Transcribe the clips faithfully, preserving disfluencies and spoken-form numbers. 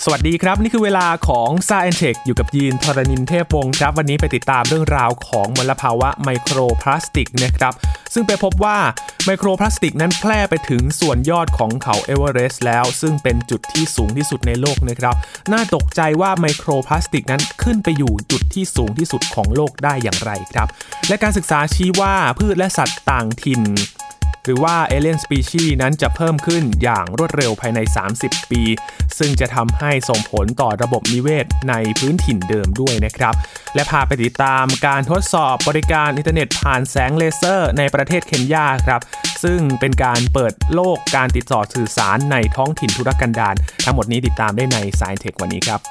สวัสดีครับนี่คือเวลาของ Science Tech อยู่กับยีนทรณินเทพวงศ์ครับวันนี้ไปติดตามเรื่องราวของมลภาวะไมโครพลาสติกนะครับซึ่งไปพบว่าไมโครพลาสติกนั้นแพร่ไปถึงส่วนยอดของเขาเอเวอเรสต์แล้วซึ่งเป็นจุดที่สูงที่สุดในโลกนะครับน่าตกใจว่าไมโครพลาสติกนั้นขึ้นไปอยู่จุดที่สูงที่สุดของโลกได้อย่างไรครับและการศึกษาชี้ว่าพืชและสัตว์ต่างถิ่นหรือว่า Alien Species นั้นจะเพิ่มขึ้นอย่างรวดเร็วภายในสามสิบปีซึ่งจะทำให้ส่งผลต่อระบบนิเวศในพื้นถิ่นเดิมด้วยนะครับและพาไปติดตามการทดสอบบริการอินเทอร์เน็ตผ่านแสงเลเซอร์ในประเทศเคนยาครับซึ่งเป็นการเปิดโลกการติดต่อสื่อสารในท้องถิ่นทุรกันดารทั้งหมดนี้ติดตามได้ใน Science Tech วันนี้ครับ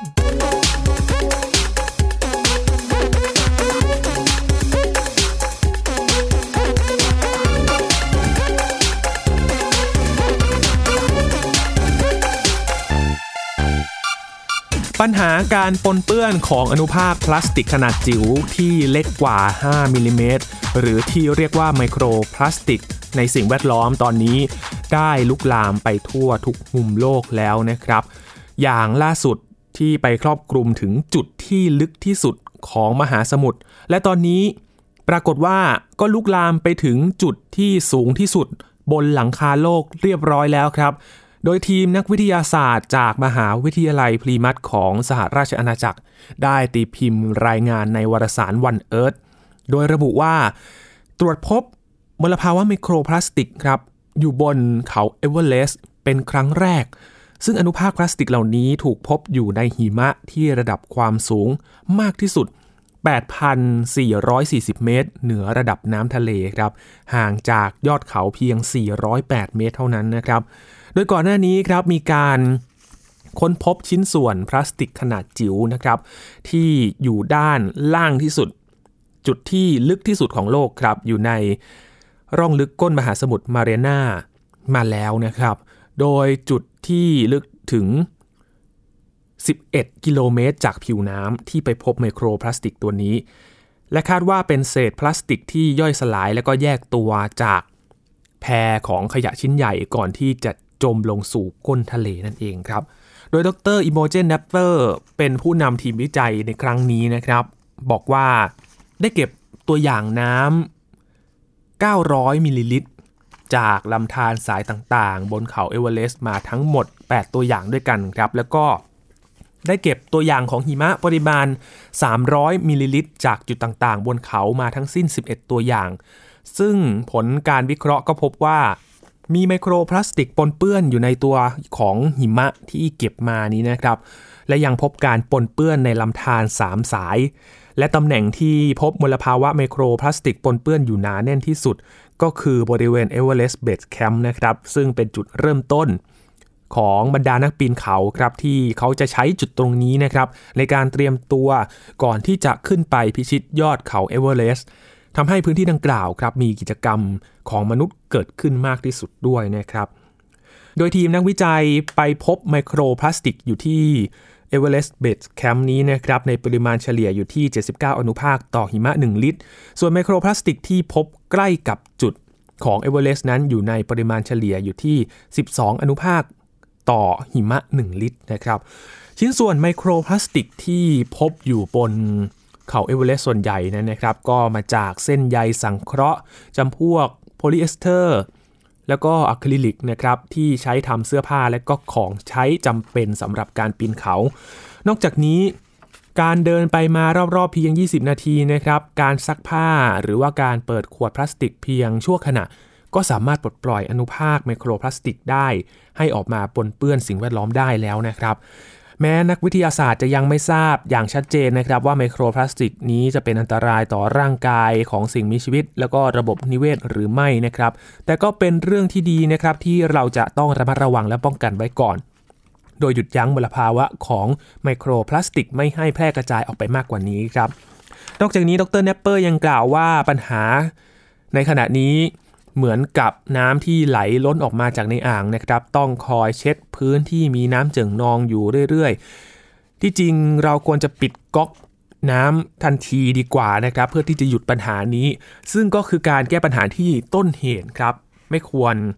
ปัญหาการปนเปื้อนของอนุภาคพลาสติกขนาดจิ๋วที่เล็กกว่าห้ามิลลิเมตรหรือที่เรียกว่าไมโครพลาสติกในสิ่งแวดล้อมตอนนี้ได้ลุกลามไปทั่วทุกมุมโลกแล้วนะครับอย่างล่าสุดที่ไปครอบคลุมถึงจุดที่ลึกที่สุดของมหาสมุทรและตอนนี้ปรากฏว่าก็ลุกลามไปถึงจุดที่สูงที่สุดบนหลังคาโลกเรียบร้อยแล้วครับโดยทีมนักวิทยาศาสตร์จากมหาวิทยาลัยพลีมัธของสหราชอาณาจักรได้ตีพิมพ์รายงานในวารสาร One Earth โดยระบุว่าตรวจพบมลภาวะไมโครพลาสติกครับอยู่บนเขาเอเวอเรสต์เป็นครั้งแรกซึ่งอนุภาคพลาสติกเหล่านี้ถูกพบอยู่ในหิมะที่ระดับความสูงมากที่สุด แปดพันสี่ร้อยสี่สิบ เมตรเหนือระดับน้ำทะเลครับห่างจากยอดเขาเพียงสี่ร้อยแปดเมตรเท่านั้นนะครับโดยก่อนหน้านี้ครับมีการค้นพบชิ้นส่วนพลาสติกขนาดจิ๋วนะครับที่อยู่ด้านล่างที่สุดจุดที่ลึกที่สุดของโลกครับอยู่ในร่องลึกก้นมหาสมุทรมาเรียนามาแล้วนะครับโดยจุดที่ลึกถึงสิบเอ็ดกิโลเมตรจากผิวน้ำที่ไปพบไมโครพลาสติกตัวนี้และคาดว่าเป็นเศษพลาสติกที่ย่อยสลายและก็แยกตัวจากแพรของขยะชิ้นใหญ่ก่อนที่จะจมลงสู่ก้นทะเลนั่นเองครับโดยดรอิโมเจน แนปเปอร์เป็นผู้นำทีมวิจัยในครั้งนี้นะครับบอกว่าได้เก็บตัวอย่างน้ำเก้าร้อยมิลลิลิตรจากลำธารสายต่างๆบนเขาเอเวอเรสต์มาทั้งหมดแปดตัวอย่างด้วยกันครับแล้วก็ได้เก็บตัวอย่างของหิมะปริมาณสามร้อยมิลลิลิตรจากจุดต่างๆบนเขามาทั้งสิ้นสิบเอ็ดตัวอย่างซึ่งผลการวิเคราะห์ก็พบว่ามีไมโครพลาสติกปนเปื้อนอยู่ในตัวของหิมะที่เก็บมานี้นะครับและยังพบการปนเปื้อนในลำธารสามสายและตำแหน่งที่พบมลภาวะไมโครพลาสติกปนเปื้อนอยู่หนาแน่นที่สุดก็คือบริเวณเอเวอเรสต์เบสแคมป์นะครับซึ่งเป็นจุดเริ่มต้นของบรรดานักปีนเขาครับที่เขาจะใช้จุดตรงนี้นะครับในการเตรียมตัวก่อนที่จะขึ้นไปพิชิตยอดเขาเอเวอเรสต์ทำให้พื้นที่ดังกล่าวครับมีกิจกรรมของมนุษย์เกิดขึ้นมากที่สุดด้วยนะครับโดยทีมนักวิจัยไปพบไมโครพลาสติกอยู่ที่เอเวอเรสต์เบสแคมป์นี้นะครับในปริมาณเฉลี่ยอยู่ที่เจ็ดสิบเก้าอนุภาคต่อหิมะหนึ่งลิตรส่วนไมโครพลาสติกที่พบใกล้กับจุดของเอเวอเรสต์นั้นอยู่ในปริมาณเฉลี่ยอยู่ที่สิบสองอนุภาคต่อหิมะหนึ่งลิตรนะครับชิ้นส่วนไมโครพลาสติกที่พบอยู่บนเขาเอเวอเรสต์ส่วนใหญ่นั้นนะครับก็มาจากเส้นใยสังเคราะห์จำพวกโพลีเอสเตอร์แล้วก็อะคริลิกนะครับที่ใช้ทำเสื้อผ้าและก็ของใช้จำเป็นสำหรับการปีนเขานอกจากนี้การเดินไปมารอบๆเพียงยี่สิบนาทีนะครับการซักผ้าหรือว่าการเปิดขวดพลาสติกเพียงชั่วขณะก็สามารถปลดปล่อยอนุภาคไมโครพลาสติกได้ให้ออกมาปนเปื้อนสิ่งแวดล้อมได้แล้วนะครับแม้นักวิทยาศาสตร์จะยังไม่ทราบอย่างชัดเจนนะครับว่าไมโครพลาสติกนี้จะเป็นอันตรายต่อร่างกายของสิ่งมีชีวิตแล้วก็ระบบนิเวศหรือไม่นะครับแต่ก็เป็นเรื่องที่ดีนะครับที่เราจะต้องระมัดระวังและป้องกันไว้ก่อนโดยหยุดยั้งมลภาวะของไมโครพลาสติกไม่ให้แพร่กระจายออกไปมากกว่านี้ครับนอกจากนี้ดร แนปเปอร์ยังกล่าวว่าปัญหาในขณะนี้เหมือนกับน้ำที่ไหลล้นออกมาจากในอ่างนะครับต้องคอยเช็ดพื้นที่มีน้ำเจิ่งนองอยู่เรื่อยๆที่จริงเราควรจะปิดก๊อกน้ำทันทีดีกว่านะครับเพื่อที่จะหยุดปัญหานี้ซึ่งก็คือการแก้ปัญหาที่ต้นเหตุครับไม่ควร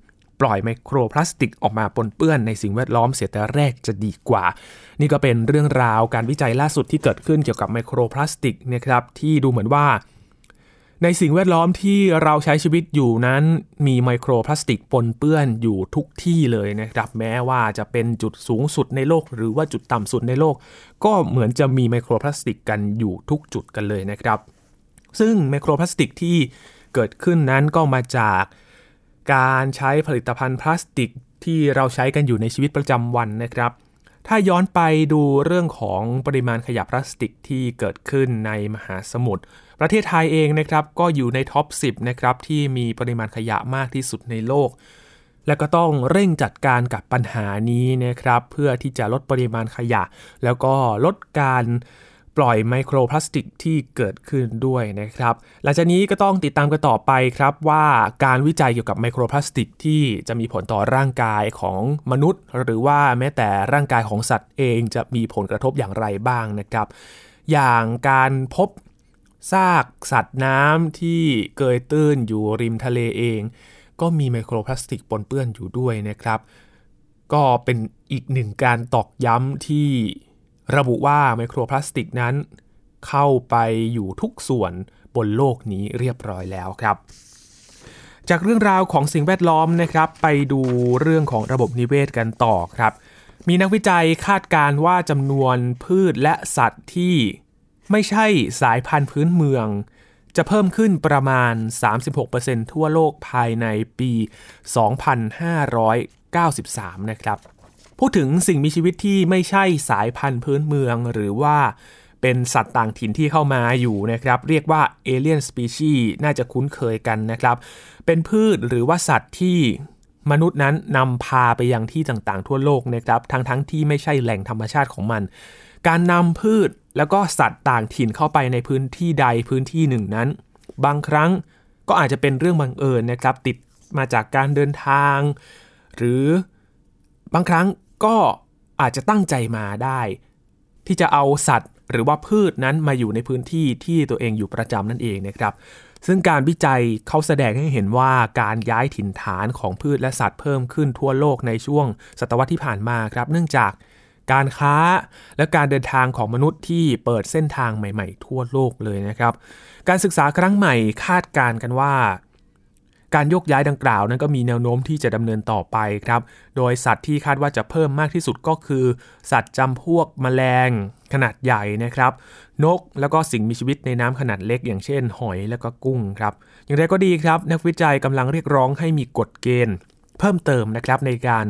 ปล่อยไมโครพลาสติกออกมาปนเปื้อนในสิ่งแวดล้อมเสียแต่แรกจะดีกว่านี่ก็เป็นเรื่องราวการวิจัยล่าสุดที่เกิดขึ้นเกี่ยวกับไมโครพลาสติกนะครับที่ดูเหมือนว่าในสิ่งแวดล้อมที่เราใช้ชีวิตอยู่นั้นมีไมโครพลาสติกปนเปื้อนอยู่ทุกที่เลยนะครับแม้ว่าจะเป็นจุดสูงสุดในโลกหรือว่าจุดต่ำสุดในโลกก็เหมือนจะมีไมโครพลาสติกกันอยู่ทุกจุดกันเลยนะครับซึ่งไมโครพลาสติกที่เกิดขึ้นนั้นก็มาจากการใช้ผลิตภัณฑ์พลาสติกที่เราใช้กันอยู่ในชีวิตประจำวันนะครับถ้าย้อนไปดูเรื่องของปริมาณขยะพลาสติกที่เกิดขึ้นในมหาสมุทรประเทศไทยเองนะครับก็อยู่ในท็อปสิบนะครับที่มีปริมาณขยะมากที่สุดในโลกและก็ต้องเร่งจัดการกับปัญหานี้นะครับเพื่อที่จะลดปริมาณขยะแล้วก็ลดการปล่อยไมโครพลาสติกที่เกิดขึ้นด้วยนะครับหลังจากนี้ก็ต้องติดตามกันต่อไปครับว่าการวิจัยเกี่ยวกับไมโครพลาสติกที่จะมีผลต่อร่างกายของมนุษย์หรือว่าแม้แต่ร่างกายของสัตว์เองจะมีผลกระทบอย่างไรบ้างนะครับอย่างการพบซากสัตว์น้ำที่เกยตื้นอยู่ริมทะเลเองก็มีไมโครพลาสติกปนเปื้อนอยู่ด้วยนะครับก็เป็นอีกหนึ่งการตอกย้ำที่ระบุว่าไมโครพลาสติกนั้นเข้าไปอยู่ทุกส่วนบนโลกนี้เรียบร้อยแล้วครับจากเรื่องราวของสิ่งแวดล้อมนะครับไปดูเรื่องของระบบนิเวศกันต่อครับมีนักวิจัยคาดการณ์ว่าจำนวนพืชและสัตว์ที่ไม่ใช่สายพันธุ์พื้นเมืองจะเพิ่มขึ้นประมาณ สามสิบหกเปอร์เซ็นต์ ทั่วโลกภายในปี สองพันห้าร้อยเก้าสิบสาม นะครับพูดถึงสิ่งมีชีวิตที่ไม่ใช่สายพันธุ์พื้นเมืองหรือว่าเป็นสัตว์ต่างถิ่นที่เข้ามาอยู่นะครับเรียกว่า Alien Species น่าจะคุ้นเคยกันนะครับเป็นพืชหรือว่าสัตว์ที่มนุษย์นั้นนำพาไปยังที่ต่างๆทั่วโลกนะครับทั้งๆ ท, ที่ไม่ใช่แหล่งธรรมชาติของมันการนำพืชแล้วก็สัตว์ต่างถิ่นเข้าไปในพื้นที่ใดพื้นที่หนึ่งนั้นบางครั้งก็อาจจะเป็นเรื่องบังเอิญนะครับติดมาจากการเดินทางหรือบางครั้งก็อาจจะตั้งใจมาได้ที่จะเอาสัตว์หรือว่าพืชนั้นมาอยู่ในพื้นที่ที่ตัวเองอยู่ประจำนั่นเองนะครับซึ่งการวิจัยเขาแสดงให้เห็นว่าการย้ายถิ่นฐานของพืชและสัตว์เพิ่มขึ้นทั่วโลกในช่วงศตวรรษที่ผ่านมาครับเนื่องจากการค้าและการเดินทางของมนุษย์ที่เปิดเส้นทางใหม่ๆทั่วโลกเลยนะครับการศึกษาครั้งใหม่คาดการณ์กันว่าการยกย้ายดังกล่าวนั้นก็มีแนวโน้มที่จะดำเนินต่อไปครับโดยสัตว์ที่คาดว่าจะเพิ่มมากที่สุดก็คือสัตว์จำพวกแมลงขนาดใหญ่นะครับนกแล้วก็สิ่งมีชีวิตในน้ำขนาดเล็กอย่างเช่นหอยแล้วก็กุ้งครับอย่างไรก็ดีครับนักวิจัยกำลังเรียกร้องให้มีกฎเกณฑ์เพิ่มเติมนะครับในการ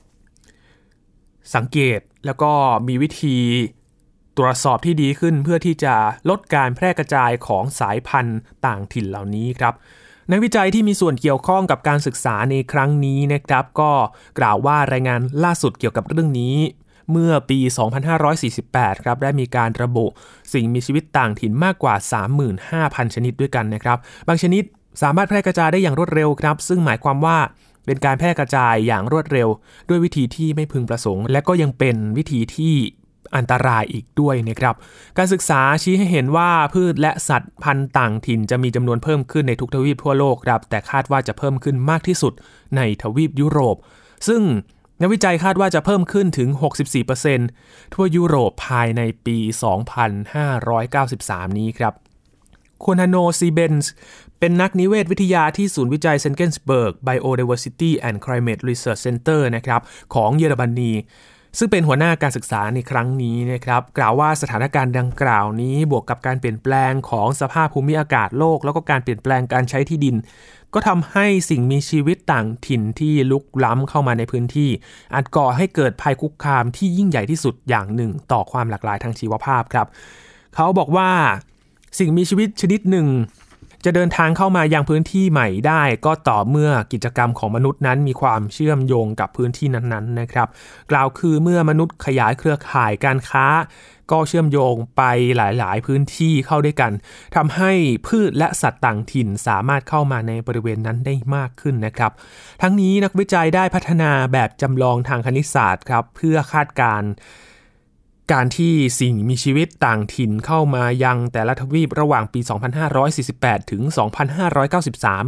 สังเกตแล้วก็มีวิธีตรวจสอบที่ดีขึ้นเพื่อที่จะลดการแพร่กระจายของสายพันธุ์ต่างถิ่นเหล่านี้ครับนักวิจัยที่มีส่วนเกี่ยวข้องกับการศึกษาในครั้งนี้นะครับก็กล่าวว่ารายงานล่าสุดเกี่ยวกับเรื่องนี้เมื่อปี สองพันห้าร้อยสี่สิบแปด ครับได้มีการระบุสิ่งมีชีวิตต่างถิ่นมากกว่า สามหมื่นห้าพัน ชนิดด้วยกันนะครับบางชนิดสามารถแพร่กระจายได้อย่างรวดเร็วครับซึ่งหมายความว่าเป็นการแพร่กระจายอย่างรวดเร็วด้วยวิธีที่ไม่พึงประสงค์และก็ยังเป็นวิธีที่อันตรายอีกด้วยนะครับการศึกษาชี้ให้เห็นว่าพืชและสัตว์พันธุ์ต่างถิ่นจะมีจำนวนเพิ่มขึ้นในทุกทวีปทั่วโลกครับแต่คาดว่าจะเพิ่มขึ้นมากที่สุดในทวีปยุโรปซึ่งนักวิจัยคาดว่าจะเพิ่มขึ้นถึง หกสิบสี่เปอร์เซ็นต์ ทั่วยุโรปภายในปี สองพันห้าร้อยเก้าสิบสาม นี้ครับคุณฮาโนซีเบนส์เป็นนักนิเวศวิทยาที่ศูนย์วิจัยเซนเกนสเบิร์ก Biodiversity and Climate Research Center นะครับของเยอรมนีซึ่งเป็นหัวหน้าการศึกษาในครั้งนี้นะครับกล่าวว่าสถานการณ์ดังกล่าวนี้บวกกับการเปลี่ยนแปลงของสภาพภูมิอากาศโลกแล้วก็การเปลี่ยนแปลงการใช้ที่ดินก็ทำให้สิ่งมีชีวิตต่างถิ่นที่ลุกล้ำเข้ามาในพื้นที่อาจก่อให้เกิดภัยคุกคามที่ยิ่งใหญ่ที่สุดอย่างหนึ่งต่อความหลากหลายทางชีวภาพครับเขาบอกว่าสิ่งมีชีวิตชนิดหนึ่งจะเดินทางเข้ามายังพื้นที่ใหม่ได้ก็ต่อเมื่อกิจกรรมของมนุษย์นั้นมีความเชื่อมโยงกับพื้นที่นั้นๆนะครับกล่าวคือเมื่อมนุษย์ขยายเครือข่ายการค้าก็เชื่อมโยงไปหลายๆพื้นที่เข้าด้วยกันทำให้พืชและสัตว์ต่างถิ่นสามารถเข้ามาในบริเวณนั้นได้มากขึ้นนะครับทั้งนี้นักวิจัยได้พัฒนาแบบจำลองทางคณิตศาสตร์ครับเพื่อคาดการณ์การที่สิ่งมีชีวิตต่างถิ่นเข้ามายังแต่ละทวีประหว่างปี สองพันห้าร้อยสี่สิบแปด ถึง สองพันห้าร้อยเก้าสิบสาม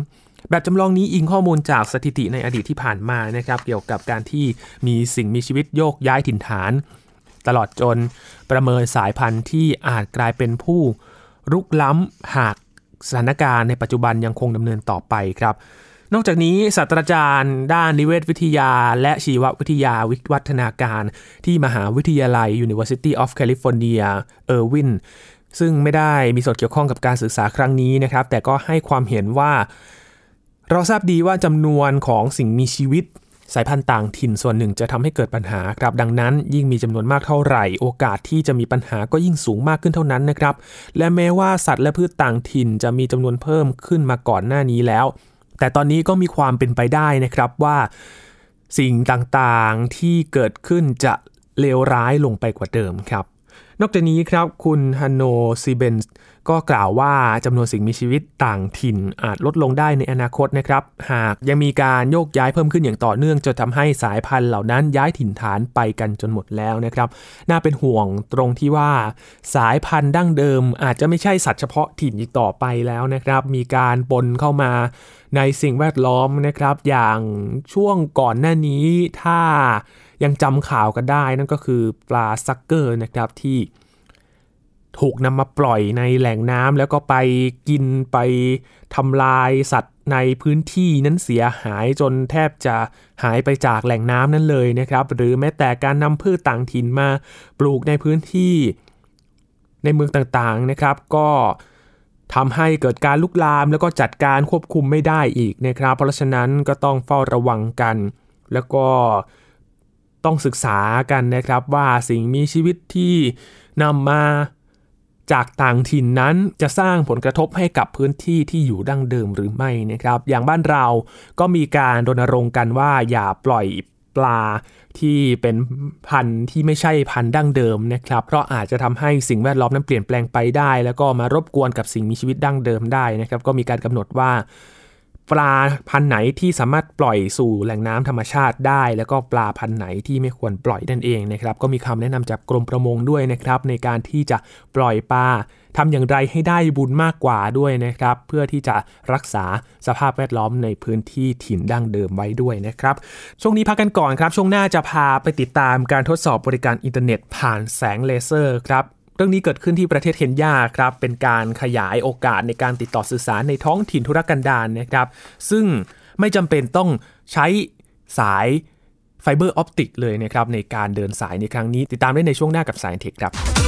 แบบจำลองนี้อิงข้อมูลจากสถิติในอดีตที่ผ่านมานะครับเกี่ยวกับการที่มีสิ่งมีชีวิตโยกย้ายถิ่นฐานตลอดจนประเมินสายพันธุ์ที่อาจกลายเป็นผู้รุกล้ำหากสถานการณ์ในปัจจุบันยังคงดำเนินต่อไปครับนอกจากนี้ศาสตราจารย์ด้านนิเวศวิทยาและชีววิทยาวิวัฒนาการที่มหาวิทยาลัย University of California Irvine ซึ่งไม่ได้มีส่วนเกี่ยวข้องกับการศึกษาครั้งนี้นะครับแต่ก็ให้ความเห็นว่าเราทราบดีว่าจำนวนของสิ่งมีชีวิตสายพันธุ์ต่างถิ่นส่วนหนึ่งจะทำให้เกิดปัญหาครับดังนั้นยิ่งมีจำนวนมากเท่าไหร่โอกาสที่จะมีปัญหาก็ยิ่งสูงมากขึ้นเท่านั้นนะครับและแม้ว่าสัตว์และพืชต่างถิ่นจะมีจำนวนเพิ่มขึ้นมาก่อนหน้านี้แล้วแต่ตอนนี้ก็มีความเป็นไปได้นะครับว่าสิ่งต่างๆที่เกิดขึ้นจะเลวร้ายลงไปกว่าเดิมครับนอกจากนี้ครับคุณฮันโนซีเบนส์ก็กล่าวว่าจำนวนสิ่งมีชีวิตต่างถิ่นอาจลดลงได้ในอนาคตนะครับหากยังมีการโยกย้ายเพิ่มขึ้นอย่างต่อเนื่องจนทำให้สายพันธุ์เหล่านั้นย้ายถิ่นฐานไปกันจนหมดแล้วนะครับน่าเป็นห่วงตรงที่ว่าสายพันธุ์ดั้งเดิมอาจจะไม่ใช่สัตว์เฉพาะถิ่นอีกต่อไปแล้วนะครับมีการปนเข้ามาในสิ่งแวดล้อมนะครับอย่างช่วงก่อนหน้านี้ถ้ายังจำข่าวกันได้นั่นก็คือปลาซักเกอร์นะครับที่ถูกนำมาปล่อยในแหล่งน้ำแล้วก็ไปกินไปทำลายสัตว์ในพื้นที่นั้นเสียหายจนแทบจะหายไปจากแหล่งน้ำนั้นเลยนะครับหรือแม้แต่การนำพืชต่างถิ่นมาปลูกในพื้นที่ในเมืองต่างๆนะครับก็ทำให้เกิดการลุกลามแล้วก็จัดการควบคุมไม่ได้อีกนะครับเพราะฉะนั้นก็ต้องเฝ้าระวังกันแล้วก็ต้องศึกษากันนะครับว่าสิ่งมีชีวิตที่นำมาจากต่างถิ่นนั้นจะสร้างผลกระทบให้กับพื้นที่ที่อยู่ดั้งเดิมหรือไม่นะครับอย่างบ้านเราก็มีการรณรงค์กันว่าอย่าปล่อยปลาที่เป็นพันธุ์ที่ไม่ใช่พันธุ์ดั้งเดิมนะครับเพราะอาจจะทำให้สิ่งแวดล้อมนั้นเปลี่ยนแปลงไปได้แล้วก็มารบกวนกับสิ่งมีชีวิตดั้งเดิมได้นะครับก็มีการกำหนดว่าปลาพันธุ์ไหนที่สามารถปล่อยสู่แหล่งน้ำธรรมชาติได้แล้วก็ปลาพันธุ์ไหนที่ไม่ควรปล่อยนั่นเองนะครับก็มีคำแนะนำจากกรมประมงด้วยนะครับในการที่จะปล่อยปลาทำอย่างไรให้ได้บุญมากกว่าด้วยนะครับเพื่อที่จะรักษาสภาพแวดล้อมในพื้นที่ถิ่นดั้งเดิมไว้ด้วยนะครับช่วงนี้พักกันก่อนครับช่วงหน้าจะพาไปติดตามการทดสอบบริการอินเทอร์เน็ตผ่านแสงเลเซอร์ครับเรื่องนี้เกิดขึ้นที่ประเทศเคนยาครับเป็นการขยายโอกาสในการติดต่อสื่อสารในท้องถิ่นทุรกันดารนะครับซึ่งไม่จำเป็นต้องใช้สายไฟเบอร์ออปติกเลยนะครับในการเดินสายในครั้งนี้ติดตามได้ในช่วงหน้ากับ Science Tech ครับ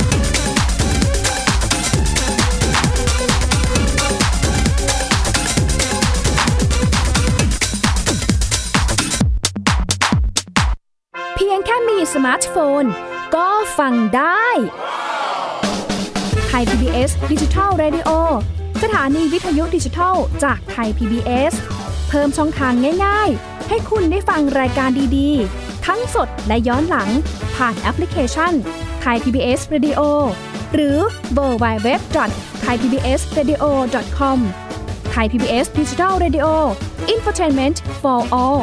เพียงแค่มีสมาร์ทโฟนก็ฟังได้ไทย พี บี เอส Digital Radio สถานีวิทยุดิจิทัลจากไทย พี บี เอส เพิ่มช่องทางง่ายๆให้คุณได้ฟังรายการดีๆทั้งสดและย้อนหลังผ่านแอปพลิเคชัน Thai พี บี เอส Radio หรือ ดับเบิลยู ดับเบิลยู ดับเบิลยู ดอท ไทย พี บี เอส เรดิโอ ดอท คอม Thai พี บี เอส Digital Radio Infotainment for all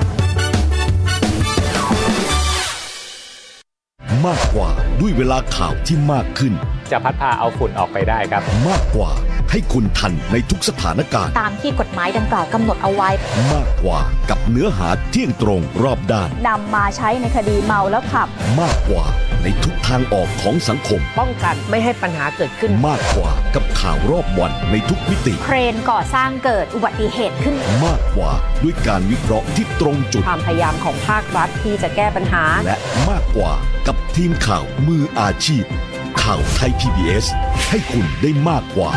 มากกว่าด้วยเวลาข่าวที่มากขึ้นจะพัดพาเอาฝุ่นออกไปได้ครับมากกว่าให้คุณทันในทุกสถานการณ์ตามที่กฎหมายดังกล่าวกำหนดเอาไว้มากกว่ากับเนื้อหาเที่ยงตรงรอบด้านนำมาใช้ในคดีเมาแล้วขับมากกว่าในทุกทางออกของสังคมป้องกันไม่ให้ปัญหาเกิดขึ้นมากกว่ากับข่าวรอบวันในทุกมิติเครนก่อสร้างเกิดอุบัติเหตุขึ้นมากกว่าด้วยการวิเคราะห์ที่ตรงจุดความพยายามของภาครัฐที่จะแก้ปัญหาและมากกว่ากับทีมข่าวมืออาชีพข่าวไทย พี บี เอส ให้คุณได้มากกว่า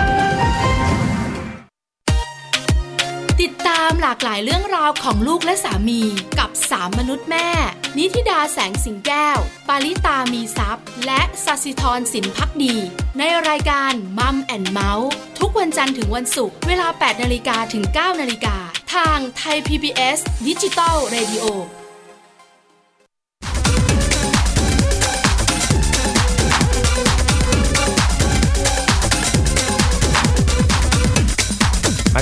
ติดตามหลากหลายเรื่องราวของลูกและสามีกับสามมนุษย์แม่นิธิดาแสงสิงแก้วปาริตามีทรัพย์และศศิธรสินภักดีในรายการมัมแอนด์เมาส์ทุกวันจันทร์ถึงวันศุกร์เวลา แปดนาฬิกา ถึง เก้านาฬิกา ทางไทย พี บี เอส Digital Radio มา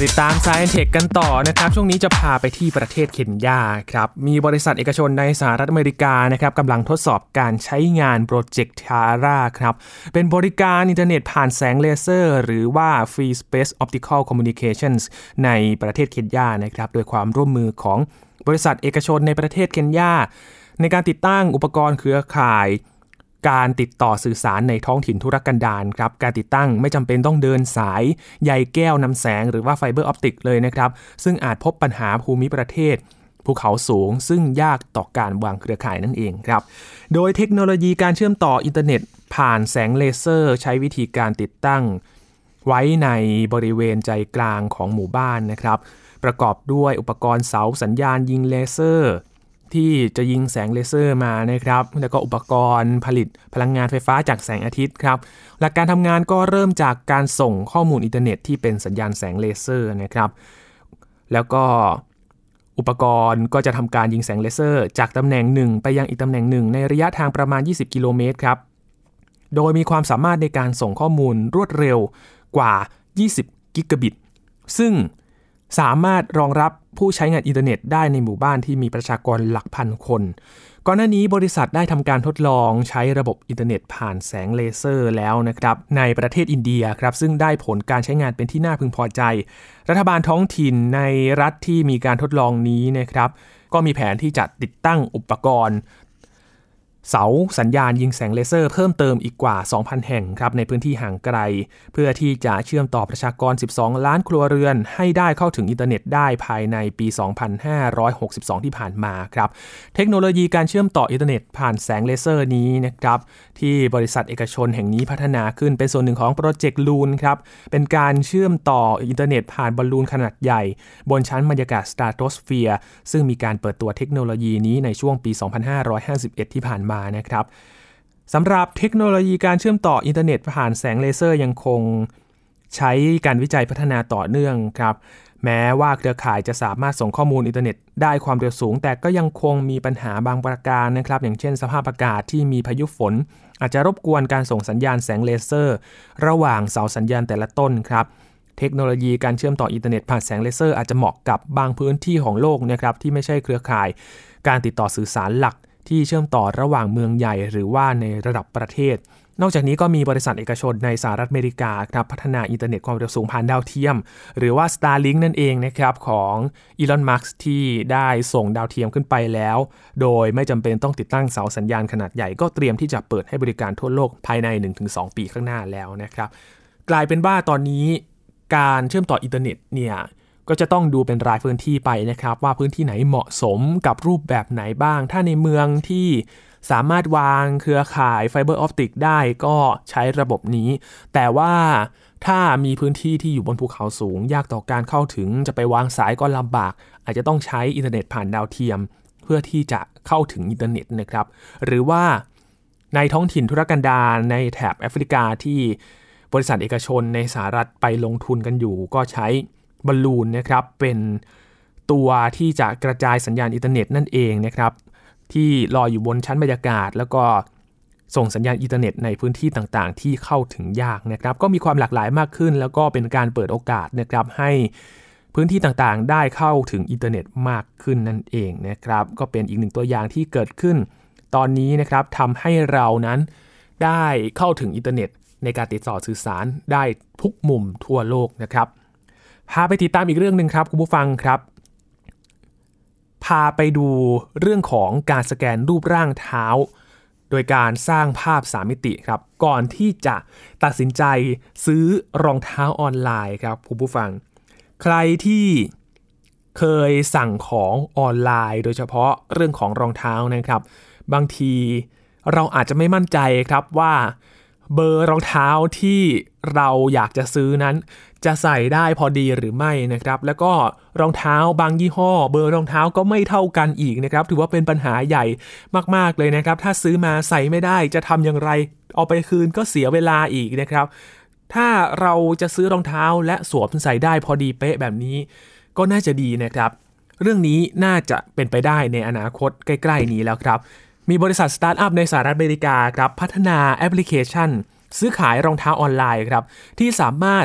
ติดตาม Science Tech กันต่อนะครับช่วงนี้จะพาไปที่ประเทศเคนยาครับมีบริษัทเอกชนในสหรัฐอเมริกานะครับกำลังทดสอบการใช้งานโปรเจกต์ Tara ครับเป็นบริการอินเทอร์เน็ตผ่านแสงเลเซอร์หรือว่า Free Space Optical Communications ในประเทศเคนยานะครับโดยความร่วมมือของบริษัทเอกชนในประเทศเคนยาในการติดตั้งอุปกรณ์เครือข่ายการติดต่อสื่อสารในท้องถิ่นทุรกันดารครับการติดตั้งไม่จำเป็นต้องเดินสายใยแก้วนำแสงหรือว่าไฟเบอร์ออปติกเลยนะครับซึ่งอาจพบปัญหาภูมิประเทศภูเขาสูงซึ่งยากต่อการวางเครือข่ายนั่นเองครับโดยเทคโนโลยีการเชื่อมต่ออินเทอร์เน็ตผ่านแสงเลเซอร์ใช้วิธีการติดตั้งไว้ในบริเวณใจกลางของหมู่บ้านนะครับประกอบด้วยอุปกรณ์เสาสัญญาณยิงเลเซอร์ที่จะยิงแสงเลเซอร์มานะครับแล้วก็อุปกรณ์ผลิตพลังงานไฟฟ้าจากแสงอาทิตย์ครับหลักการทำงานก็เริ่มจากการส่งข้อมูลอินเทอร์เน็ตที่เป็นสัญญาณแสงเลเซอร์นะครับแล้วก็อุปกรณ์ก็จะทำการยิงแสงเลเซอร์จากตำแหน่งหนึ่งไปยังอีกตำแหน่งหนึ่งในระยะทางประมาณยี่สิบกิโลเมตรครับโดยมีความสามารถในการส่งข้อมูลรวดเร็วกว่ายี่สิบกิกะบิตซึ่งสามารถรองรับผู้ใช้งานอินเทอร์เน็ตได้ในหมู่บ้านที่มีประชากรหลักพันคนก่อนหน้านี้บริษัทได้ทำการทดลองใช้ระบบอินเทอร์เน็ตผ่านแสงเลเซอร์แล้วนะครับในประเทศอินเดียครับซึ่งได้ผลการใช้งานเป็นที่น่าพึงพอใจรัฐบาลท้องถิ่นในรัฐที่มีการทดลองนี้นะครับก็มีแผนที่จะติดตั้งอุปกรณ์เสาสัญญาณยิงแสงเลเซอร์เพิ่มเติมอีกกว่า สองพัน แห่งครับในพื้นที่ห่างไกลเพื่อที่จะเชื่อมต่อประชากรสิบสองล้านครัวเรือนให้ได้เข้าถึงอินเทอร์เน็ตได้ภายในปีสองพันห้าร้อยหกสิบสองที่ผ่านมาครับเทคโนโลยีการเชื่อมต่ออินเทอร์เน็ตผ่านแสงเลเซอร์นี้นะครับที่บริษัทเอกชนแห่งนี้พัฒนาขึ้นเป็นส่วนหนึ่งของโปรเจกต์ลูนครับเป็นการเชื่อมต่ออินเทอร์เน็ตผ่านบอลลูนขนาดใหญ่บนชั้นบรรยากาศสตราโตสเฟียร์ซึ่งมีการเปิดตัวเทคโนโลยีนี้ในช่วงปีสองพันห้าร้อยห้าสิบเอ็ดที่ผ่านมานะครับสำหรับเทคโนโลยีการเชื่อมต่ออินเทอร์เน็ตผ่านแสงเลเซอร์ยังคงใช้การวิจัยพัฒนาต่อเนื่องครับแม้ว่าเครือข่ายจะสามารถส่งข้อมูลอินเทอร์เน็ตได้ความเร็วสูงแต่ก็ยังคงมีปัญหาบางประการนะครับอย่างเช่นสภาพอากาศที่มีพายุฝนอาจจะรบกวนการส่งสัญญาณแสงเลเซอร์ระหว่างเสาสัญญาณแต่ละต้นครับเทคโนโลยีการเชื่อมต่ออินเทอร์เน็ตผ่านแสงเลเซอร์อาจจะเหมาะกับบางพื้นที่ของโลกนะครับที่ไม่ใช่เครือข่ายการติดต่อสื่อสารหลักที่เชื่อมต่อระหว่างเมืองใหญ่หรือว่าในระดับประเทศนอกจากนี้ก็มีบริษัทเอกชนในสหรัฐอเมริกาครับพัฒนาอินเทอร์เน็ตความเร็วสูงผ่านดาวเทียมหรือว่า Starlink นั่นเองนะครับของอีลอน มัสก์ที่ได้ส่งดาวเทียมขึ้นไปแล้วโดยไม่จำเป็นต้องติดตั้งเสาสัญญาณขนาดใหญ่ก็เตรียมที่จะเปิดให้บริการทั่วโลกภายใน หนึ่งถึงสอง ปีข้างหน้าแล้วนะครับกลายเป็นว่าตอนนี้การเชื่อมต่ออินเทอร์เน็ตเนี่ยก็จะต้องดูเป็นรายพื้นที่ไปนะครับว่าพื้นที่ไหนเหมาะสมกับรูปแบบไหนบ้างถ้าในเมืองที่สามารถวางเครือข่ายไฟเบอร์ออปติกได้ก็ใช้ระบบนี้แต่ว่าถ้ามีพื้นที่ที่อยู่บนภูเขาสูงยากต่อการเข้าถึงจะไปวางสายก็ลำบากอาจจะต้องใช้อินเทอร์เน็ตผ่านดาวเทียมเพื่อที่จะเข้าถึงอินเทอร์เน็ตนะครับหรือว่าในท้องถิ่นทุรกันดารในแถบแอฟริกาที่บริษัทเอกชนในสหรัฐไปลงทุนกันอยู่ก็ใช้บอลลูนนะครับเป็นตัวที่จะกระจายสัญญาณอินเทอร์เน็ตนั่นเองนะครับที่ลอยอยู่บนชั้นบรรยากาศแล้วก็ส่งสัญญาณอินเทอร์เน็ตในพื้นที่ต่างๆที่เข้าถึงยากนะครับก็มีความหลากหลายมากขึ้นแล้วก็เป็นการเปิดโอกาสนะครับให้พื้นที่ต่างๆได้เข้าถึงอินเทอร์เน็ตมากขึ้นนั่นเองนะครับก็เป็นอีกหนึ่งตัวอย่างที่เกิดขึ้นตอนนี้นะครับทำให้เรานั้นได้เข้าถึงอินเทอร์เน็ตในการติดต่อสื่อสารได้ทุกมุมทั่วโลกนะครับพาไปติดตามอีกเรื่องนึงครับคุณผู้ฟังครับพาไปดูเรื่องของการสแกนรูปร่างเท้าโดยการสร้างภาพสามมิติครับก่อนที่จะตัดสินใจซื้อรองเท้าออนไลน์ครับคุณผู้ฟังใครที่เคยสั่งของออนไลน์โดยเฉพาะเรื่องของรองเท้านะครับบางทีเราอาจจะไม่มั่นใจครับว่าเบอร์รองเท้าที่เราอยากจะซื้อนั้นจะใส่ได้พอดีหรือไม่นะครับแล้วก็รองเท้าบางยี่ห้อเบอร์รองเท้าก็ไม่เท่ากันอีกนะครับถือว่าเป็นปัญหาใหญ่มากๆเลยนะครับถ้าซื้อมาใส่ไม่ได้จะทำอย่างไรเอาไปคืนก็เสียเวลาอีกนะครับถ้าเราจะซื้อรองเท้าและสวมใส่ได้พอดีเป๊ะแบบนี้ก็น่าจะดีนะครับเรื่องนี้น่าจะเป็นไปได้ในอนาคตใกล้ๆนี้แล้วครับมีบริษัทสตาร์ทอัพในสหรัฐอเมริกาครับพัฒนาแอปพลิเคชันซื้อขายรองเท้าออนไลน์ครับที่สามารถ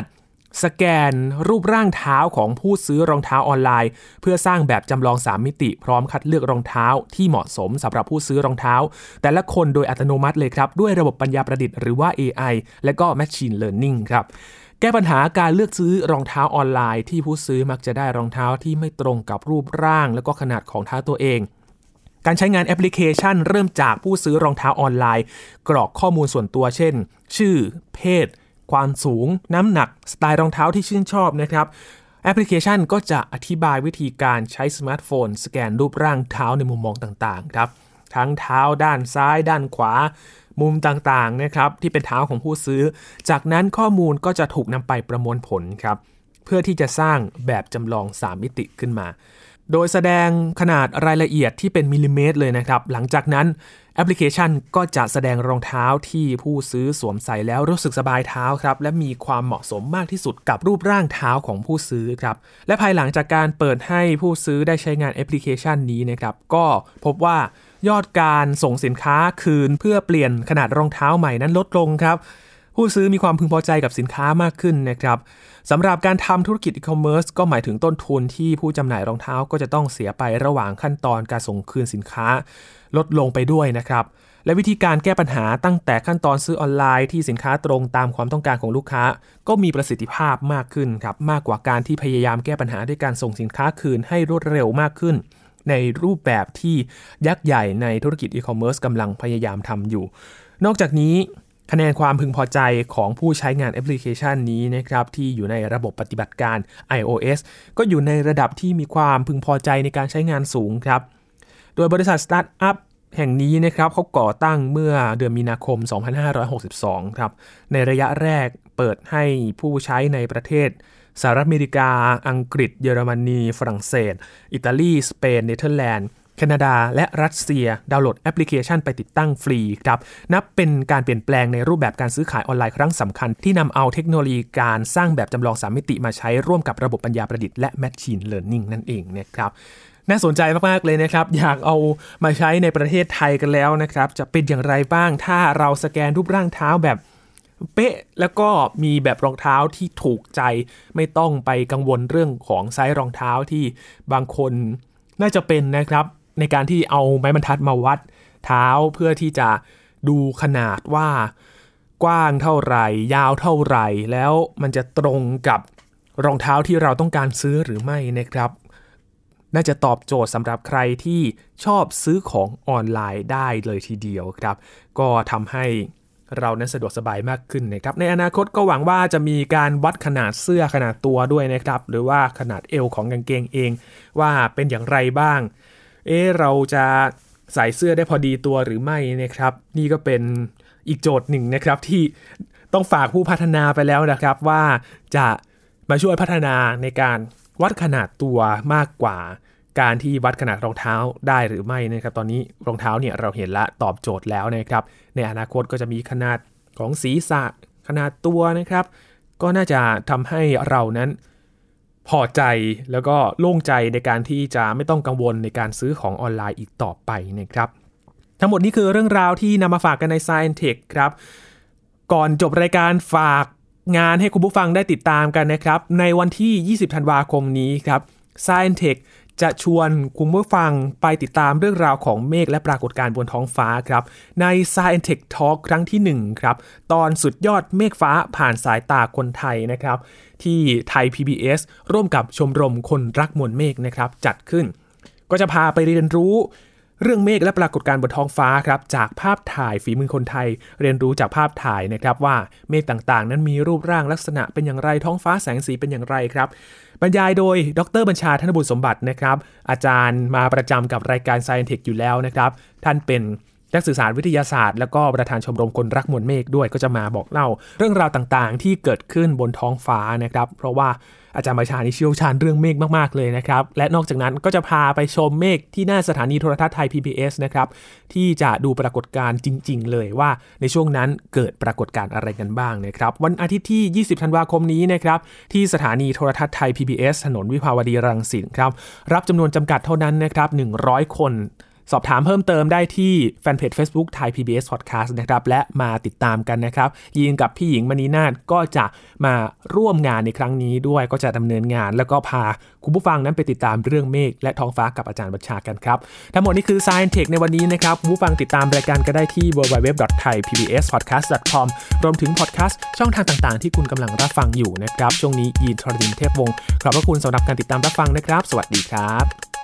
สแกนรูปร่างเท้าของผู้ซื้อรองเท้าออนไลน์เพื่อสร้างแบบจำลองสามมิติพร้อมคัดเลือกรองเท้าที่เหมาะสมสำหรับผู้ซื้อรองเท้าแต่ละคนโดยอัตโนมัติเลยครับด้วยระบบปัญญาประดิษฐ์หรือว่า เอ ไอ และก็ Machine Learning ครับแก้ปัญหาการเลือกซื้อรองเท้าออนไลน์ที่ผู้ซื้อมักจะได้รองเท้าที่ไม่ตรงกับรูปร่างและก็ขนาดของเท้าตัวเองการใช้งานแอปพลิเคชันเริ่มจากผู้ซื้อรองเท้าออนไลน์กรอกข้อมูลส่วนตัวเช่นชื่อเพศความสูงน้ำหนักสไตล์รองเท้าที่ชื่นชอบนะครับแอปพลิเคชันก็จะอธิบายวิธีการใช้สมาร์ทโฟนสแกนรูปร่างเท้าในมุมมองต่างๆครับทั้งเท้าด้านซ้ายด้านขวามุมต่างๆนะครับที่เป็นเท้าของผู้ซื้อจากนั้นข้อมูลก็จะถูกนำไปประมวลผลครับเพื่อที่จะสร้างแบบจำลองสามมิติขึ้นมาโดยแสดงขนาดรายละเอียดที่เป็นมิลลิเมตรเลยนะครับหลังจากนั้นแอปพลิเคชันก็จะแสดงรองเท้าที่ผู้ซื้อสวมใส่แล้วรู้สึกสบายเท้าครับและมีความเหมาะสมมากที่สุดกับรูปร่างเท้าของผู้ซื้อครับและภายหลังจากการเปิดให้ผู้ซื้อได้ใช้งานแอปพลิเคชันนี้นะครับก็พบว่ายอดการส่งสินค้าคืนเพื่อเปลี่ยนขนาดรองเท้าใหม่นั้นลดลงครับผู้ซื้อมีความพึงพอใจกับสินค้ามากขึ้นนะครับสำหรับการทำธุรกิจอีคอมเมิร์ซก็หมายถึงต้นทุนที่ผู้จำหน่ายรองเท้าก็จะต้องเสียไประหว่างขั้นตอนการส่งคืนสินค้าลดลงไปด้วยนะครับและวิธีการแก้ปัญหาตั้งแต่ขั้นตอนซื้อออนไลน์ที่สินค้าตรงตามความต้องการของลูกค้าก็มีประสิทธิภาพมากขึ้นครับมากกว่าการที่พยายามแก้ปัญหาด้วยการส่งสินค้าคืนให้รวดเร็วมากขึ้นในรูปแบบที่ยักษ์ใหญ่ในธุรกิจอีคอมเมิร์ซกำลังพยายามทำอยู่นอกจากนี้คะแนนความพึงพอใจของผู้ใช้งานแอปพลิเคชันนี้นะครับที่อยู่ในระบบปฏิบัติการ iOS ก็อยู่ในระดับที่มีความพึงพอใจในการใช้งานสูงครับโดยบริษัทสตาร์ทอัพแห่งนี้นะครับเขาก่อตั้งเมื่อเดือนมีนาคมสองพันห้าร้อยหกสิบสองครับในระยะแรกเปิดให้ผู้ใช้ในประเทศสหรัฐอเมริกาอังกฤษเยอรมนีฝรั่งเศสอิตาลีสเปนเนเธอร์แลนด์แคนาดาและรัสเซียดาวน์โหลดแอปพลิเคชันไปติดตั้งฟรีครับนับเป็นการเปลี่ยนแปลงในรูปแบบการซื้อขายออนไลน์ครั้งสำคัญที่นำเอาเทคโนโลยีการสร้างแบบจำลองสามมิติมาใช้ร่วมกับระบบปัญญาประดิษฐ์และ Machine Learning นั่นเองนะครับน่าสนใจมากๆเลยนะครับอยากเอามาใช้ในประเทศไทยกันแล้วนะครับจะเป็นอย่างไรบ้างถ้าเราสแกนรูปร่างเท้าแบบเป๊ะแล้วก็มีแบบรองเท้าที่ถูกใจไม่ต้องไปกังวลเรื่องของไซส์รองเท้าที่บางคนน่าจะเป็นนะครับในการที่เอาไม้บรรทัดมาวัดเท้าเพื่อที่จะดูขนาดว่ากว้างเท่าไหร่ยาวเท่าไหร่แล้วมันจะตรงกับรองเท้าที่เราต้องการซื้อหรือไม่นะครับน่าจะตอบโจทย์สำหรับใครที่ชอบซื้อของออนไลน์ได้เลยทีเดียวครับก็ทำให้เรานั้นสะดวกสบายมากขึ้นนะครับในอนาคตก็หวังว่าจะมีการวัดขนาดเสื้อขนาดตัวด้วยนะครับหรือว่าขนาดเอวของกางเกงเองว่าเป็นอย่างไรบ้างเอ๊ะเราจะใส่เสื้อได้พอดีตัวหรือไม่นะครับนี่ก็เป็นอีกโจทย์หนึ่งนะครับที่ต้องฝากผู้พัฒนาไปแล้วนะครับว่าจะมาช่วยพัฒนาในการวัดขนาดตัวมากกว่าการที่วัดขนาดรองเท้าได้หรือไม่นะครับตอนนี้รองเท้าเนี่ยเราเห็นละตอบโจทย์แล้วนะครับในอนาคตก็จะมีขนาดของศีรษะขนาดตัวนะครับก็น่าจะทำให้เรานั้นพอใจแล้วก็โล่งใจในการที่จะไม่ต้องกังวลในการซื้อของออนไลน์อีกต่อไปนะครับทั้งหมดนี้คือเรื่องราวที่นำมาฝากกันใน Science Tech ครับก่อนจบรายการฝากงานให้คุณผู้ฟังได้ติดตามกันนะครับในวันที่ยี่สิบธันวาคมนี้ครับ Science Tech จะชวนคุณผู้ฟังไปติดตามเรื่องราวของเมฆและปรากฏการณ์บนท้องฟ้าครับใน Science Tech Talk ครั้งที่หนึ่งครับตอนสุดยอดเมฆฟ้าผ่านสายตาคนไทยนะครับที่ไทย พี บี เอส ร่วมกับชมรมคนรักมวลเมฆนะครับจัดขึ้นก็จะพาไปเรียนรู้เรื่องเมฆและปรากฏการณ์บนท้องฟ้าครับจากภาพถ่ายฝีมือคนไทยเรียนรู้จากภาพถ่ายนะครับว่าเมฆต่างๆนั้นมีรูปร่างลักษณะเป็นอย่างไรท้องฟ้าแสงสีเป็นอย่างไรครับบรรยายโดยดร.บัญชาธนบุญสมบัตินะครับอาจารย์มาประจำกับรายการ Science Tech อยู่แล้วนะครับท่านเป็นนักสื่อสารวิทยาศาสตร์แล้วก็ประธานชมรมคนรักมวลเมฆด้วยก็จะมาบอกเล่าเรื่องราวต่างๆที่เกิดขึ้นบนท้องฟ้านะครับเพราะว่าอาจารย์บัญชานี่เชี่ยวชาญเรื่องเมฆมากๆเลยนะครับและนอกจากนั้นก็จะพาไปชมเมฆที่หน้าสถานีโทรทัศน์ไทย พี บี เอส นะครับที่จะดูปรากฏการณ์จริงๆเลยว่าในช่วงนั้นเกิดปรากฏการณ์อะไรกันบ้างนะครับวันอาทิตย์ที่ยี่สิบธันวาคมนี้นะครับที่สถานีโทรทัศน์ไทย พี บี เอส ถนนวิภาวดีรังสิตครับรับจำนวนจำกัดเท่านั้นนะครับหนึ่งร้อยคนสอบถามเพิ่มเติมได้ที่แฟนเพจ Facebook Thai พี บี เอส Podcast นะครับและมาติดตามกันนะครับยิงกับพี่หญิงมณีนาฏก็จะมาร่วมงานในครั้งนี้ด้วยก็จะดำเนินงานแล้วก็พาคุณผู้ฟังนั้นไปติดตามเรื่องเมฆและท้องฟ้ากับอาจารย์บัญชากันครับทั้งหมดนี้คือ Science Tech ในวันนี้นะครับคุณผู้ฟังติดตามรายการก็ได้ที่ ดับเบิลยู ดับเบิลยู ดับเบิลยู ดอท ไทย พี บี เอส พอดแคสต์ ดอท คอม รวมถึงพอดแคสต์ช่องทางต่างๆที่คุณกำลังรับฟังอยู่นะครับช่วงนี้ยีนทรณินเทพวงศ์ขอบพระคุณสำหรับการติดตามรับฟังนะครับสวัสดีครับ